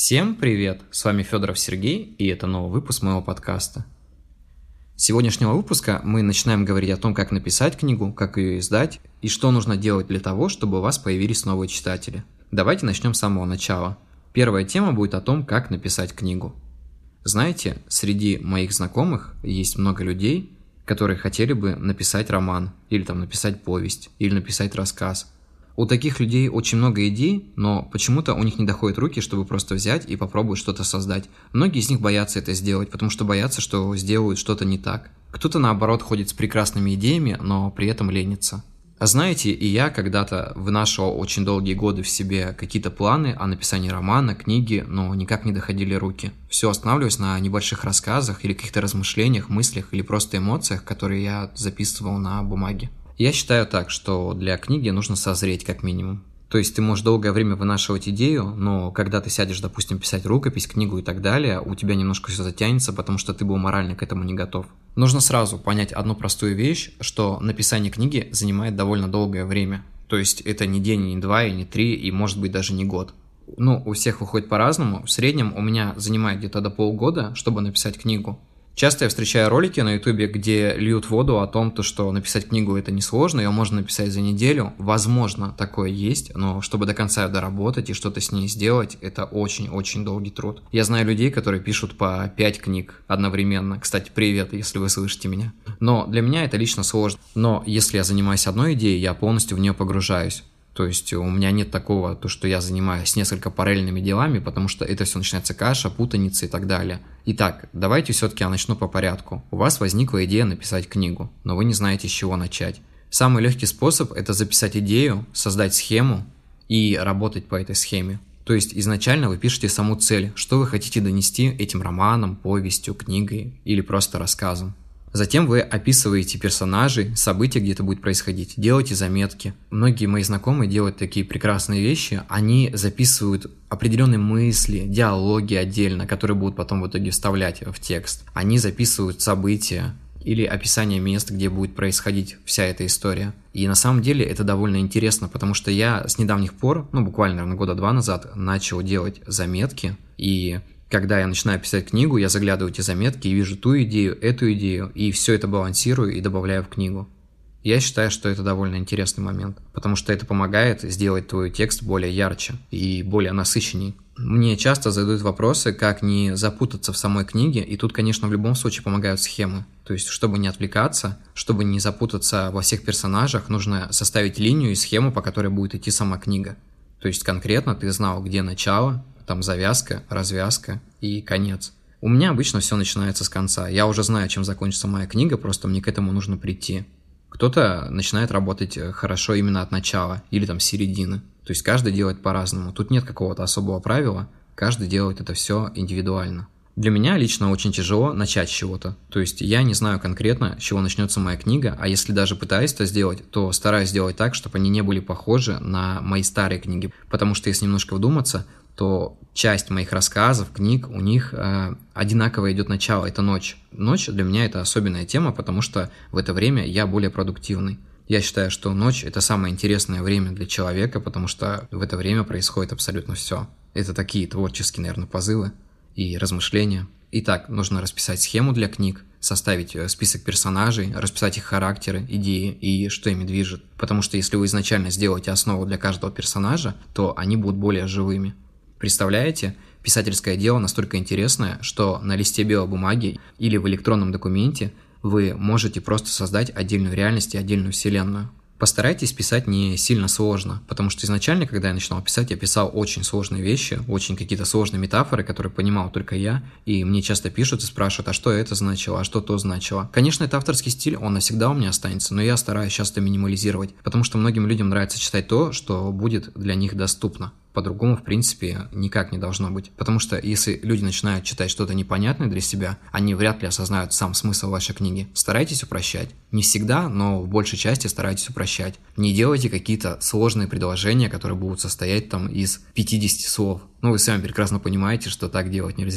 Всем привет! С вами Федоров Сергей, и это новый выпуск моего подкаста. С сегодняшнего выпуска мы начинаем говорить о том, как написать книгу, как ее издать, и что нужно делать для того, чтобы у вас появились новые читатели. Давайте начнем с самого начала. Первая тема будет о том, как написать книгу. Знаете, среди моих знакомых есть много людей, которые хотели бы написать роман, или написать повесть, или написать рассказ. У таких людей очень много идей, но почему-то у них не доходят руки, чтобы просто взять и попробовать что-то создать. Многие из них боятся это сделать, потому что боятся, что сделают что-то не так. Кто-то, наоборот, ходит с прекрасными идеями, но при этом ленится. А знаете, и я когда-то вынашивал очень долгие годы в себе какие-то планы о написании романа, книги, но никак не доходили руки. Все останавливалось на небольших рассказах или каких-то размышлениях, мыслях или просто эмоциях, которые я записывал на бумаге. Я считаю так, что для книги нужно созреть как минимум. То есть ты можешь долгое время вынашивать идею, но когда ты сядешь, допустим, писать рукопись, книгу и так далее, у тебя немножко все затянется, потому что ты был морально к этому не готов. Нужно сразу понять одну простую вещь, что написание книги занимает довольно долгое время. То есть это не день, не два, и не три, и может быть даже не год. У всех выходит по-разному. В среднем у меня занимает где-то до полгода, чтобы написать книгу. Часто я встречаю ролики на ютубе, где льют воду о том, что написать книгу это несложно, ее можно написать за неделю. Возможно, такое есть, но чтобы до конца ее доработать и что-то с ней сделать, это очень-очень долгий труд. Я знаю людей, которые пишут по 5 книг одновременно. Кстати, привет, если вы слышите меня. Но для меня это лично сложно. Но если я занимаюсь одной идеей, я полностью в нее погружаюсь. То есть у меня нет такого, что я занимаюсь несколько параллельными делами, потому что это все начинается каша, путаница и так далее. Итак, давайте все-таки я начну по порядку. У вас возникла идея написать книгу, но вы не знаете, с чего начать. Самый легкий способ – это записать идею, создать схему и работать по этой схеме. То есть изначально вы пишете саму цель, что вы хотите донести этим романом, повестью, книгой или просто рассказом. Затем вы описываете персонажей, события, где это будет происходить, делаете заметки. Многие мои знакомые делают такие прекрасные вещи, они записывают определенные мысли, диалоги отдельно, которые будут потом в итоге вставлять в текст. Они записывают события или описание мест, где будет происходить вся эта история. И на самом деле это довольно интересно, потому что я с недавних пор, буквально, наверное, года 2 назад, начал делать заметки, и когда я начинаю писать книгу, я заглядываю в эти заметки и вижу ту идею, эту идею, и все это балансирую и добавляю в книгу. Я считаю, что это довольно интересный момент, потому что это помогает сделать твой текст более ярче и более насыщенней. Мне часто задают вопросы, как не запутаться в самой книге, и тут, конечно, в любом случае помогают схемы. То есть, чтобы не отвлекаться, чтобы не запутаться во всех персонажах, нужно составить линию и схему, по которой будет идти сама книга. То есть, конкретно ты знал, где начало, там завязка, развязка и конец. У меня обычно все начинается с конца. Я уже знаю, чем закончится моя книга, просто мне к этому нужно прийти. Кто-то начинает работать хорошо именно от начала или с середины. То есть каждый делает по-разному. Тут нет какого-то особого правила, каждый делает это все индивидуально. Для меня лично очень тяжело начать с чего-то. То есть я не знаю конкретно, с чего начнется моя книга, а если даже пытаюсь это сделать, то стараюсь сделать так, чтобы они не были похожи на мои старые книги. Потому что если немножко вдуматься, то часть моих рассказов, книг, у них одинаково идет начало, это ночь. Ночь для меня это особенная тема, потому что в это время я более продуктивный. Я считаю, что ночь – это самое интересное время для человека, потому что в это время происходит абсолютно все. Это такие творческие, наверное, позывы и размышления. Итак, нужно расписать схему для книг, составить список персонажей, расписать их характеры, идеи и что ими движет. Потому что если вы изначально сделаете основу для каждого персонажа, то они будут более живыми. Представляете, писательское дело настолько интересное, что на листе белой бумаги или в электронном документе вы можете просто создать отдельную реальность и отдельную вселенную. Постарайтесь писать не сильно сложно, потому что изначально, когда я начинал писать, я писал очень сложные вещи, очень какие-то сложные метафоры, которые понимал только я, и мне часто пишут и спрашивают, а что это значило, а что то значило. Конечно, это авторский стиль, он навсегда у меня останется, но я стараюсь сейчас это минимализировать, потому что многим людям нравится читать то, что будет для них доступно. По-другому, в принципе, никак не должно быть. Потому что если люди начинают читать что-то непонятное для себя, они вряд ли осознают сам смысл вашей книги. Старайтесь упрощать. Не всегда, но в большей части старайтесь упрощать. Не делайте какие-то сложные предложения, которые будут состоять из 50 слов. Вы сами прекрасно понимаете, что так делать нельзя.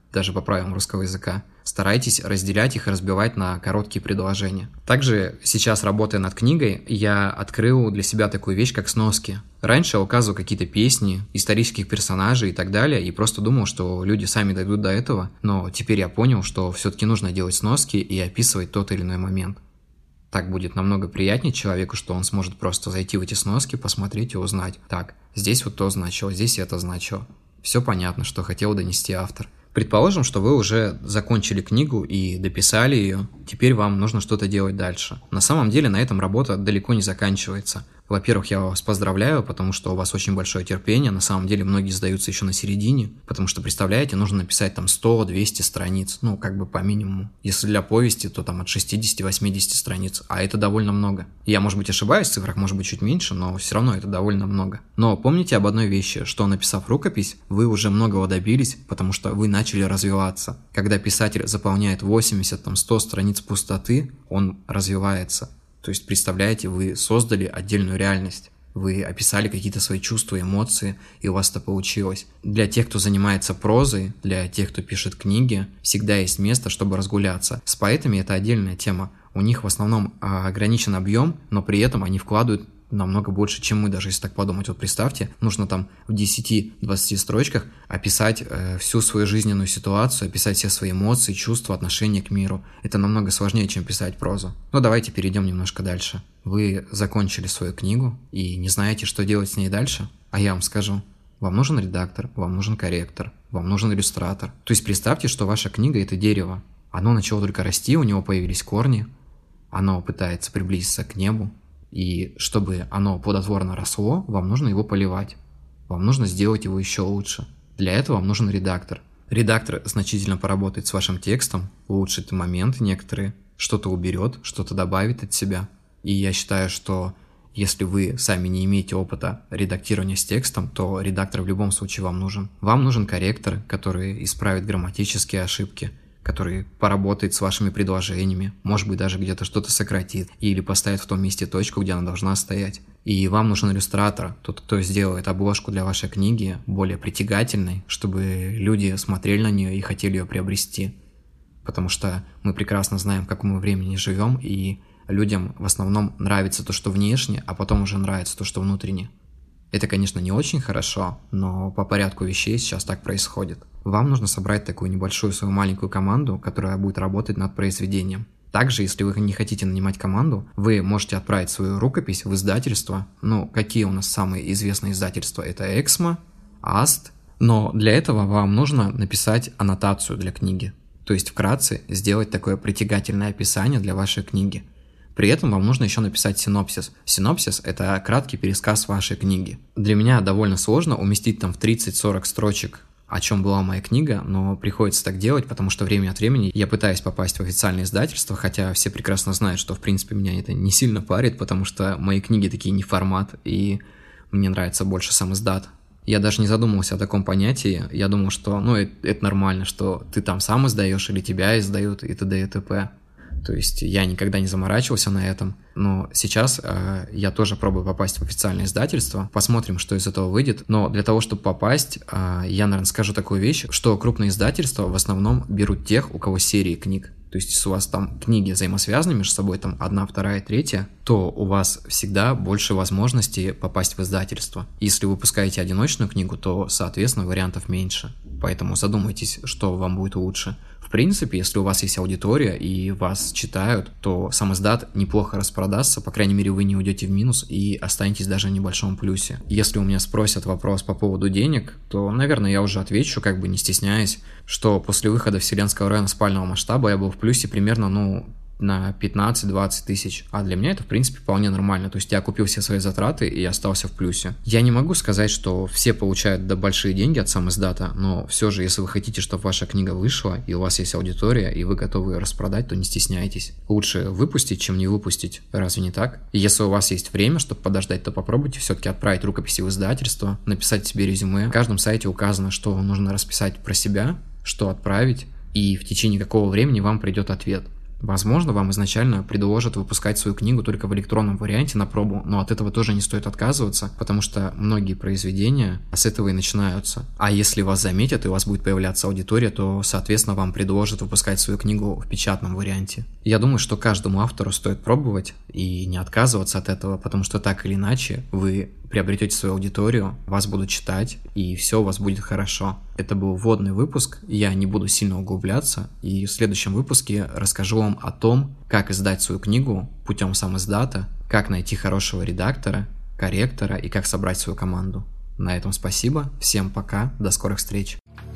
даже по правилам русского языка. Старайтесь разделять их и разбивать на короткие предложения. Также сейчас, работая над книгой, я открыл для себя такую вещь, как сноски. Раньше я указывал какие-то песни, исторических персонажей и так далее, и просто думал, что люди сами дойдут до этого, но теперь я понял, что все-таки нужно делать сноски и описывать тот или иной момент. Так будет намного приятнее человеку, что он сможет просто зайти в эти сноски, посмотреть и узнать. Так, здесь вот то значило, здесь это значило. Все понятно, что хотел донести автор. Предположим, что вы уже закончили книгу и дописали ее, теперь вам нужно что-то делать дальше. На самом деле на этом работа далеко не заканчивается. Во-первых, я вас поздравляю, потому что у вас очень большое терпение. На самом деле многие сдаются еще на середине, потому что, представляете, нужно написать там 100-200 страниц, ну, как бы по минимуму. Если для повести, то там от 60-80 страниц, а это довольно много. Я, может быть, ошибаюсь в цифрах, может быть, чуть меньше, но все равно это довольно много. Но помните об одной вещи, что написав рукопись, вы уже многого добились, потому что вы начали развиваться. Когда писатель заполняет 80-100 страниц пустоты, он развивается. То есть, представляете, вы создали отдельную реальность, вы описали какие-то свои чувства, эмоции, и у вас это получилось. Для тех, кто занимается прозой, для тех, кто пишет книги, всегда есть место, чтобы разгуляться. С поэтами это отдельная тема. У них в основном ограничен объем, но при этом они вкладывают намного больше, чем мы, даже если так подумать. Вот представьте, нужно там в 10-20 строчках описать всю свою жизненную ситуацию, описать все свои эмоции, чувства, отношения к миру. Это намного сложнее, чем писать прозу. Но давайте перейдем немножко дальше. Вы закончили свою книгу и не знаете, что делать с ней дальше? А я вам скажу. Вам нужен редактор, вам нужен корректор, вам нужен иллюстратор. То есть представьте, что ваша книга – это дерево. Оно начало только расти, у него появились корни, оно пытается приблизиться к небу. И чтобы оно плодотворно росло, вам нужно его поливать. Вам нужно сделать его еще лучше. Для этого вам нужен редактор. Редактор значительно поработает с вашим текстом, улучшит моменты некоторые, что-то уберет, что-то добавит от себя. И я считаю, что если вы сами не имеете опыта редактирования с текстом, то редактор в любом случае вам нужен. Вам нужен корректор, который исправит грамматические ошибки, который поработает с вашими предложениями, может быть, даже где-то что-то сократит или поставит в том месте точку, где она должна стоять. И вам нужен иллюстратор, тот, кто сделает обложку для вашей книги более притягательной, чтобы люди смотрели на нее и хотели ее приобрести. Потому что мы прекрасно знаем, в каком мы времени живем, и людям в основном нравится то, что внешне, а потом уже нравится то, что внутренне. Это, конечно, не очень хорошо, но по порядку вещей сейчас так происходит. Вам нужно собрать такую небольшую свою маленькую команду, которая будет работать над произведением. Также, если вы не хотите нанимать команду, вы можете отправить свою рукопись в издательство. Ну, какие у нас самые известные издательства? Это Эксмо, Аст. Но для этого вам нужно написать аннотацию для книги. То есть вкратце сделать такое притягательное описание для вашей книги. При этом вам нужно еще написать синопсис. Синопсис – это краткий пересказ вашей книги. Для меня довольно сложно уместить там в 30-40 строчек, о чем была моя книга, но приходится так делать, потому что время от времени я пытаюсь попасть в официальное издательство, хотя все прекрасно знают, что в принципе меня это не сильно парит, потому что мои книги такие не формат, и мне нравится больше сам издат. Я даже не задумывался о таком понятии, я думал, что это нормально, что ты там сам издаешь или тебя издают и т.д. и т.п. То есть я никогда не заморачивался на этом, но сейчас я тоже пробую попасть в официальное издательство, посмотрим, что из этого выйдет. Но для того, чтобы попасть, я, наверное, скажу такую вещь, что крупные издательства в основном берут тех, у кого серии книг. То есть если у вас там книги взаимосвязаны между собой, там 1, 2, 3, то у вас всегда больше возможностей попасть в издательство. Если вы выпускаете одиночную книгу, то, соответственно, вариантов меньше. Поэтому задумайтесь, что вам будет лучше. В принципе, если у вас есть аудитория и вас читают, то сам издат неплохо распродастся, по крайней мере, вы не уйдете в минус и останетесь даже в небольшом плюсе. Если у меня спросят вопрос по поводу денег, то, наверное, я уже отвечу, как бы не стесняясь, что после выхода «Вселенского района» спального масштаба я был в плюсе примерно, на 15-20 тысяч. А для меня это, в принципе, вполне нормально. То есть я купил все свои затраты и остался в плюсе. Я не могу сказать, что все получают большие деньги от сам-издата, но все же, если вы хотите, чтобы ваша книга вышла, и у вас есть аудитория, и вы готовы ее распродать, то не стесняйтесь. Лучше выпустить, чем не выпустить. Разве не так? И если у вас есть время, чтобы подождать, то попробуйте все-таки отправить рукописи в издательство, написать себе резюме. На каждом сайте указано, что нужно расписать про себя, что отправить, и в течение какого времени вам придет ответ. Возможно, вам изначально предложат выпускать свою книгу только в электронном варианте на пробу, но от этого тоже не стоит отказываться, потому что многие произведения с этого и начинаются. А если вас заметят и у вас будет появляться аудитория, то, соответственно, вам предложат выпускать свою книгу в печатном варианте. Я думаю, что каждому автору стоит пробовать и не отказываться от этого, потому что так или иначе вы приобретете свою аудиторию, вас будут читать, и все у вас будет хорошо. Это был вводный выпуск, я не буду сильно углубляться, и в следующем выпуске расскажу вам о том, как издать свою книгу путем самиздата, как найти хорошего редактора, корректора и как собрать свою команду. На этом спасибо, всем пока, до скорых встреч.